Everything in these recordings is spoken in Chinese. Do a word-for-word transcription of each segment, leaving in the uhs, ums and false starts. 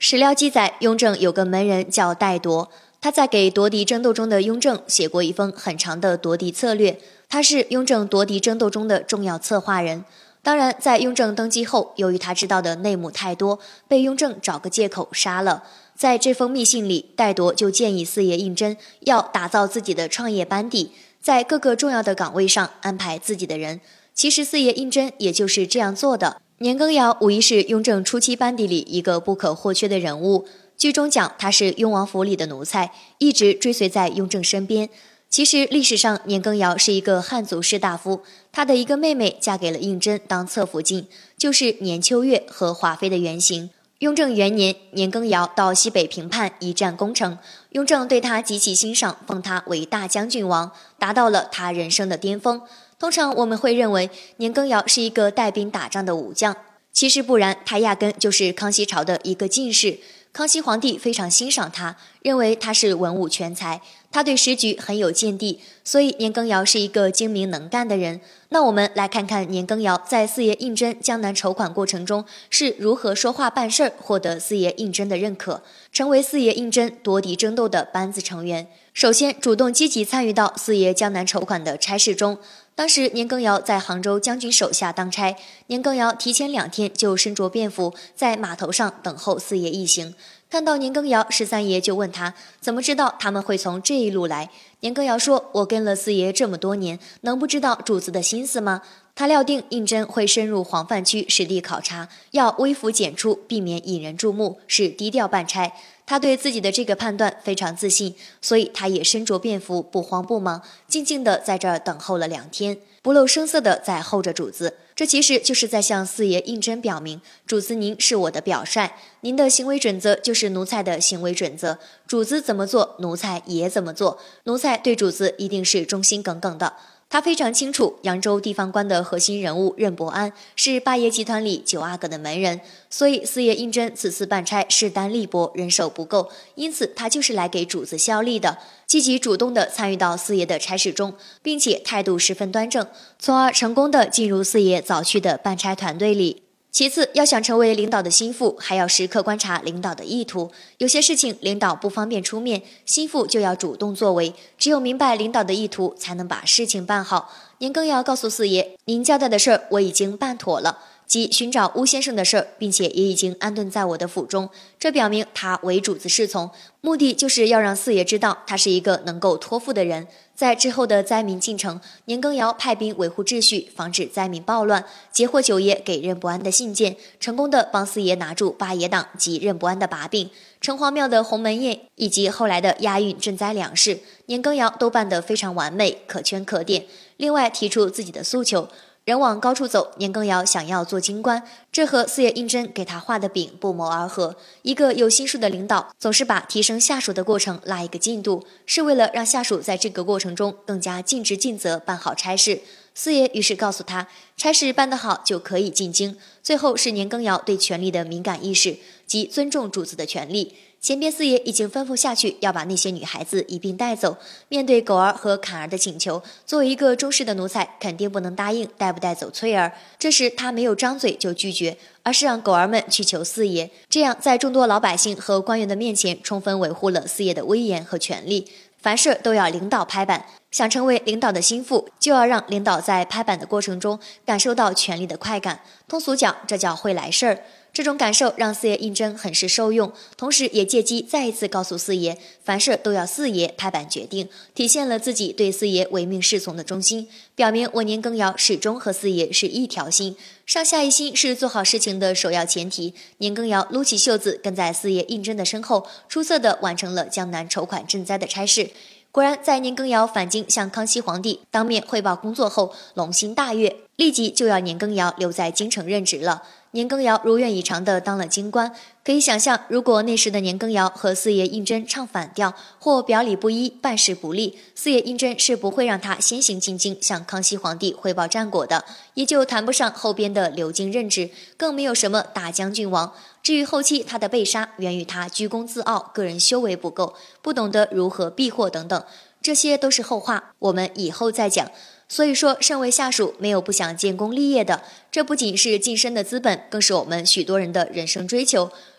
史料记载，雍正有个门人叫戴铎，他在给夺嫡争斗中的雍正写过一封很长的夺嫡策略，他是雍正夺嫡争斗中的重要策划人。当然，在雍正登基后，由于他知道的内幕太多，被雍正找个借口杀了。在这封密信里，戴铎就建议四爷胤禛要打造自己的创业班底，在各个重要的岗位上安排自己的人。其实四爷胤禛也就是这样做的。年羹尧无疑是雍正初期班底里一个不可或缺的人物。剧中讲他是雍王府里的奴才，一直追随在雍正身边。其实历史上年羹尧是一个汉族士大夫，他的一个妹妹嫁给了胤禛当侧福晋，就是年秋月和华妃的原型。雍正元年，年羹尧到西北平叛一战攻城，雍正对他极其欣赏，封他为大将军王，达到了他人生的巅峰。通常我们会认为年羹尧是一个带兵打仗的武将，其实不然，他压根就是康熙朝的一个进士。康熙皇帝非常欣赏他，认为他是文武全才，他对时局很有见地，所以年羹尧是一个精明能干的人。那我们来看看年羹尧在四爷胤禛江南筹款过程中是如何说话办事儿，获得四爷胤禛的认可，成为四爷胤禛夺嫡争斗的班子成员。首先，主动积极参与到四爷江南筹款的差事中。当时年羹尧在杭州将军手下当差，年羹尧提前两天就身着便服，在码头上等候四爷一行。看到年羹尧，十三爷就问他怎么知道他们会从这一路来。年羹尧说，我跟了四爷这么多年，能不知道主子的心思吗？他料定胤禛会深入黄泛区实地考察，要微服简出，避免引人注目，是低调办差。他对自己的这个判断非常自信，所以他也身着便服，不慌不忙，静静地在这儿等候了两天，不露声色地在候着主子。这其实就是在向四爷胤禛表明，主子您是我的表率，您的行为准则就是奴才的行为准则，主子怎么做，奴才也怎么做，奴才对主子一定是忠心耿耿的。他非常清楚，扬州地方官的核心人物任伯安是八爷集团里九阿哥的门人，所以四爷胤禛此次办差势单力薄，人手不够，因此他就是来给主子效力的，积极主动地参与到四爷的差事中，并且态度十分端正，从而成功地进入四爷早去的办差团队里。其次，要想成为领导的心腹，还要时刻观察领导的意图。有些事情领导不方便出面，心腹就要主动作为，只有明白领导的意图，才能把事情办好。年羹尧告诉四爷，您交代的事儿我已经办妥了，即寻找巫先生的事儿，并且也已经安顿在我的府中，这表明他为主子侍从，目的就是要让四爷知道他是一个能够托付的人。在之后的灾民进城，年羹尧派兵维护秩序，防止灾民暴乱，截获九爷给任伯安的信件，成功的帮四爷拿住八爷党及任伯安的把柄。城隍庙的鸿门宴以及后来的押运赈灾粮食，年羹尧都办得非常完美，可圈可点。另外提出自己的诉求，人往高处走，年羹尧想要做京官，这和四爷胤禛给他画的饼不谋而合。一个有心术的领导，总是把提升下属的过程拉一个进度，是为了让下属在这个过程中更加尽职尽责，办好差事。四爷于是告诉他，差事办得好就可以进京。最后是年羹尧对权力的敏感意识，即尊重主子的权利。前边四爷已经吩咐下去，要把那些女孩子一并带走。面对狗儿和坎儿的请求，作为一个忠实的奴才，肯定不能答应带不带走翠儿。这时他没有张嘴就拒绝，而是让狗儿们去求四爷，这样在众多老百姓和官员的面前，充分维护了四爷的威严和权力。凡事都要领导拍板，想成为领导的心腹，就要让领导在拍板的过程中感受到权力的快感。通俗讲，这叫会来事儿。这种感受让四爷胤禛很是受用，同时也借机再一次告诉四爷，凡事都要四爷拍板决定，体现了自己对四爷唯命是从的忠心，表明我年羹尧始终和四爷是一条心，上下一心是做好事情的首要前提。年羹尧撸起袖子，跟在四爷胤禛的身后，出色地完成了江南筹款赈灾的差事。果然，在年羹尧返京向康熙皇帝当面汇报工作后，龙心大悦，立即就要年羹尧留在京城任职了。年羹尧如愿以偿地当了京官。可以想象，如果那时的年羹尧和四爷胤禛唱反调，或表里不一，办事不力，四爷胤禛是不会让他先行进京向康熙皇帝汇报战果的，也就谈不上后边的留京任职，更没有什么大将军王。至于后期他的被杀，源于他居功自傲，个人修为不够，不懂得如何避祸等等，这些都是后话，我们以后再讲。所以说，身为下属，没有不想建功立业的，这不仅是晋升的资本，更是我们许多人的人生追求。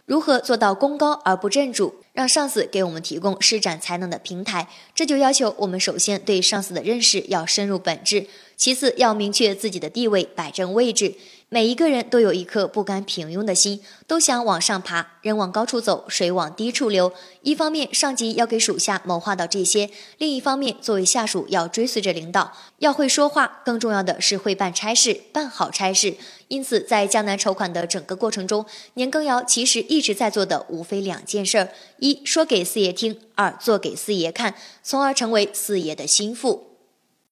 如何做到功高而不震主，让上司给我们提供施展才能的平台？这就要求我们首先对上司的认识要深入本质，其次要明确自己的地位，摆正位置。每一个人都有一颗不甘平庸的心，都想往上爬，人往高处走，水往低处流。一方面，上级要给属下谋划到这些；另一方面，作为下属要追随着领导，要会说话，更重要的是会办差事，办好差事。因此，在江南筹款的整个过程中，年羹尧其实一直在做的无非两件事儿：一说给四爷听，二做给四爷看，从而成为四爷的心腹。